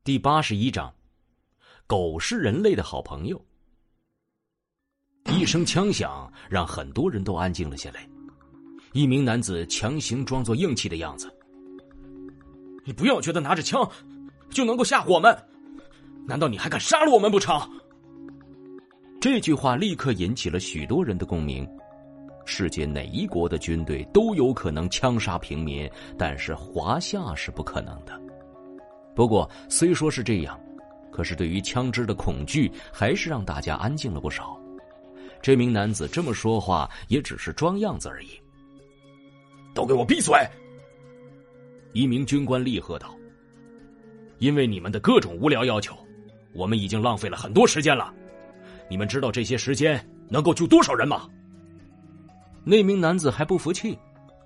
第81章，狗是人类的好朋友。一声枪响让很多人都安静了下来。一名男子强行装作硬气的样子：“你不要觉得拿着枪就能够吓唬我们，难道你还敢杀了我们不成？”这句话立刻引起了许多人的共鸣。世界哪一国的军队都有可能枪杀平民，但是华夏是不可能的。不过虽说是这样，可是对于枪支的恐惧还是让大家安静了不少。这名男子这么说话也只是装样子而已。都给我闭嘴！一名军官厉喝道。因为你们的各种无聊要求，我们已经浪费了很多时间了。你们知道这些时间能够救多少人吗？那名男子还不服气。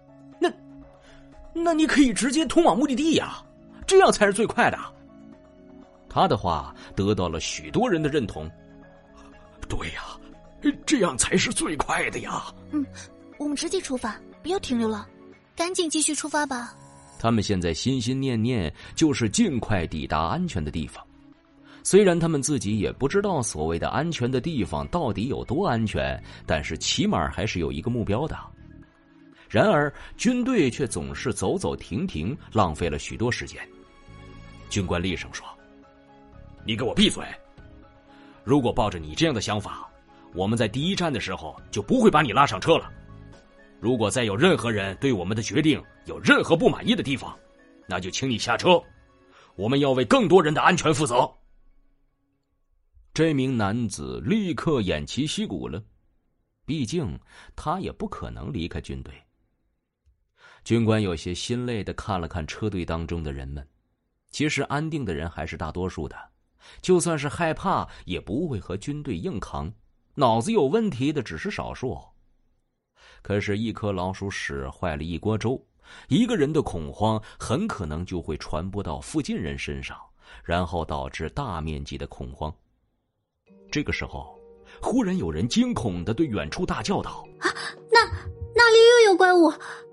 那你可以直接通往目的地呀，这样才是最快的。他的话得到了许多人的认同。对呀，这样才是最快的呀。 我们直接出发，不要停留了，赶紧继续出发吧。 他们现在心心念念就是尽快抵达安全的地方。虽然他们自己也不知道所谓的安全的地方到底有多安全，但是起码还是有一个目标的。然而军队却总是走走停停，浪费了许多时间。军官厉声说：“你给我闭嘴！如果抱着你这样的想法，我们在第一站的时候就不会把你拉上车了。如果再有任何人对我们的决定有任何不满意的地方，那就请你下车，我们要为更多人的安全负责。”这名男子立刻偃旗息鼓了，毕竟他也不可能离开军队。军官有些心累地看了看车队当中的人们，其实安定的人还是大多数的，就算是害怕也不会和军队硬扛，脑子有问题的只是少数。可是一颗老鼠屎坏了一锅粥，一个人的恐慌很可能就会传播到附近人身上，然后导致大面积的恐慌。这个时候忽然有人惊恐地对远处大叫道：“ 啊，那里又有怪物，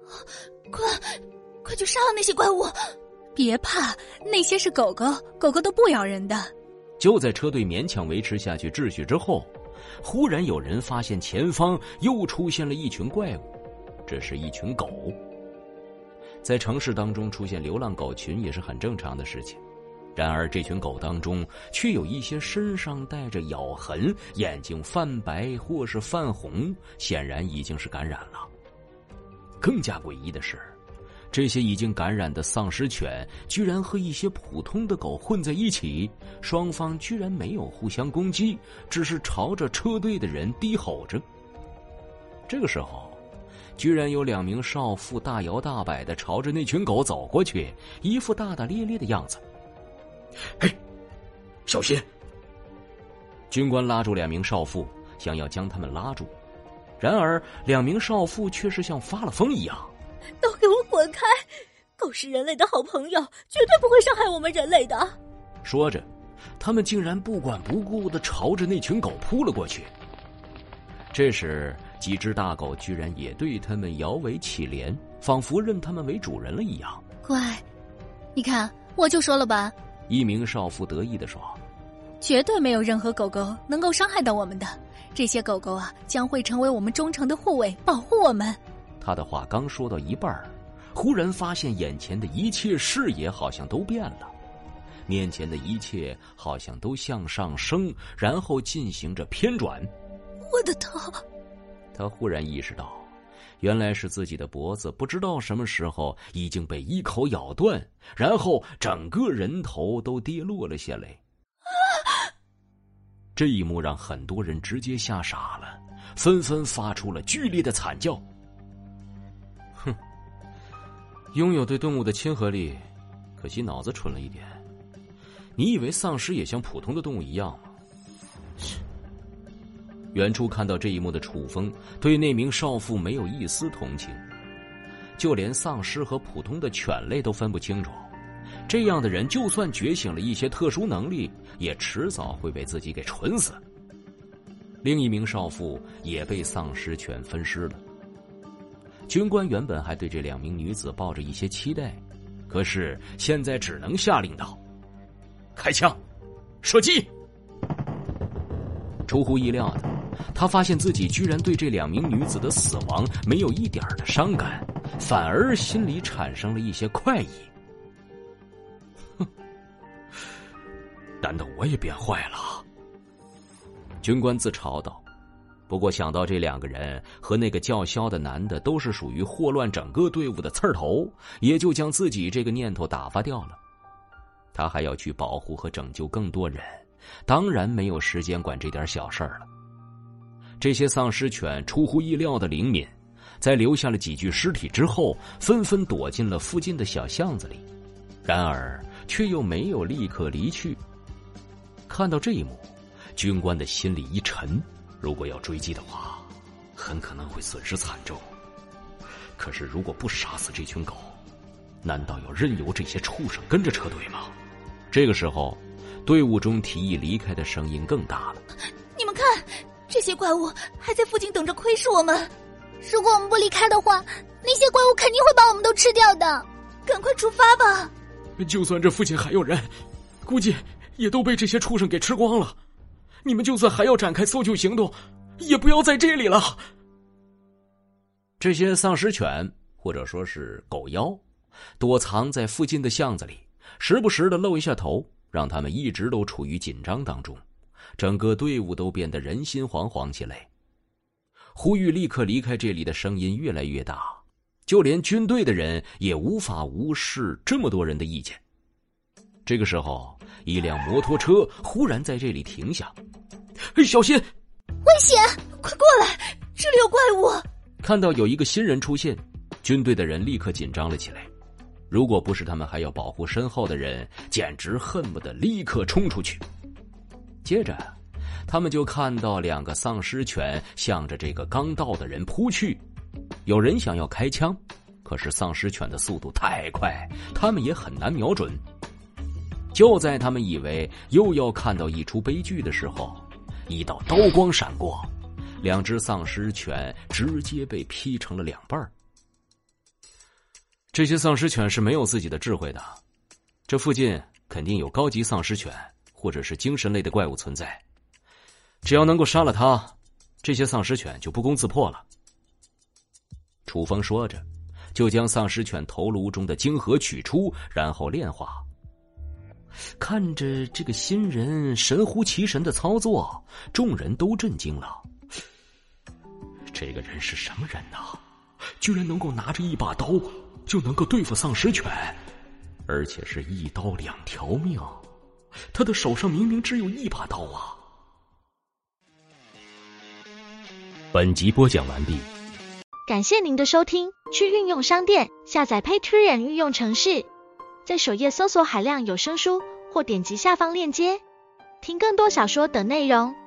快去杀了那些怪物！ 别怕，那些是狗狗，狗狗都不咬人的。” 就在车队勉强维持下去秩序之后，忽然有人发现前方又出现了一群怪物，这是一群狗。在城市当中出现流浪狗群也是很正常的事情，然而这群狗当中却有一些身上带着咬痕，眼睛泛白或是泛红，显然已经是感染了。更加诡异的是，这些已经感染的丧尸犬居然和一些普通的狗混在一起，双方居然没有互相攻击，只是朝着车队的人低吼着。这个时候居然有2名少妇大摇大摆地朝着那群狗走过去，一副大大咧咧的样子。嘿，小心！军官拉住2名少妇，想要将他们拉住，然而2名少妇却是像发了疯一样：“ 都给我滚开！狗是人类的好朋友，绝对不会伤害我们人类的。” 说着，他们竟然不管不顾地朝着那群狗扑了过去。这时几只大狗居然也对他们摇尾乞怜，仿佛认他们为主人了一样。 乖，你看，我就说了吧。 一名少妇得意地说：“ 绝对没有任何狗狗能够伤害到我们的，这些狗狗啊，将会成为我们忠诚的护卫，保护我们。” 他的话刚说到一半，忽然发现眼前的一切视野好像都变了，面前的一切好像都向上升，然后进行着偏转。 我的头！ 他忽然意识到，原来是自己的脖子不知道什么时候已经被一口咬断，然后整个人头都跌落了下来。这一幕让很多人直接吓傻了，纷纷发出了剧烈的惨叫。哼，拥有对动物的亲和力，可惜脑子蠢了一点。你以为丧尸也像普通的动物一样吗？远处看到这一幕的楚风对那名少妇没有一丝同情，就连丧尸和普通的犬类都分不清楚，这样的人就算觉醒了一些特殊能力，也迟早会被自己给蠢死。另一名少妇也被丧尸犬分尸了。军官原本还对这2名女子抱着一些期待，可是现在只能下令道：“ 开枪，射击。出乎意料的，他发现自己居然对这2名女子的死亡没有一点的伤感，反而心里产生了一些快意。哼，难道我也变坏了？军官自嘲道。不过想到这2个人和那个叫嚣的男的都是属于祸乱整个队伍的刺儿头，也就将自己这个念头打发掉了。他还要去保护和拯救更多人，当然没有时间管这点小事儿了。这些丧尸犬出乎意料的灵敏，在留下了几具尸体之后，纷纷躲进了附近的小巷子里，然而却又没有立刻离去。看到这一幕，军官的心里一沉，如果要追击的话，很可能会损失惨重。可是如果不杀死这群狗，难道要任由这些畜生跟着车队吗？这个时候，队伍中提议离开的声音更大了。 你们看，这些怪物还在附近等着窥视我们。如果我们不离开的话，那些怪物肯定会把我们都吃掉的。赶快出发吧！ 就算这附近还有人，估计也都被这些畜生给吃光了。你们就算还要展开搜救行动，也不要在这里了。这些丧尸犬或者说是狗妖，躲藏在附近的巷子里，时不时的露一下头，让他们一直都处于紧张当中，整个队伍都变得人心惶惶起来。呼吁立刻离开这里的声音越来越大，就连军队的人也无法无视这么多人的意见。这个时候，一辆摩托车忽然在这里停下。小心！ 危险！快过来，这里有怪物！ 看到有一个新人出现，军队的人立刻紧张了起来。如果不是他们还要保护身后的人，简直恨不得立刻冲出去。接着，他们就看到2个丧尸犬向着这个刚到的人扑去。有人想要开枪，可是丧尸犬的速度太快，他们也很难瞄准。就在他们以为又要看到一出悲剧的时候，一道刀光闪过，2只丧尸犬直接被劈成了2半。这些丧尸犬是没有自己的智慧的，这附近肯定有高级丧尸犬或者是精神类的怪物存在，只要能够杀了它，这些丧尸犬就不攻自破了。楚风说着，就将丧尸犬头颅中的晶核取出，然后炼化。看着这个新人神乎其神的操作，众人都震惊了。这个人是什么人啊？居然能够拿着一把刀就能够对付丧尸犬，而且是一刀2条命。他的手上明明只有1把刀啊！本集播讲完毕， 感谢您的收听。去运用商店下载 Patreon 运用程式，在首页搜索海量有声书，或点击下方链接听更多小说等内容。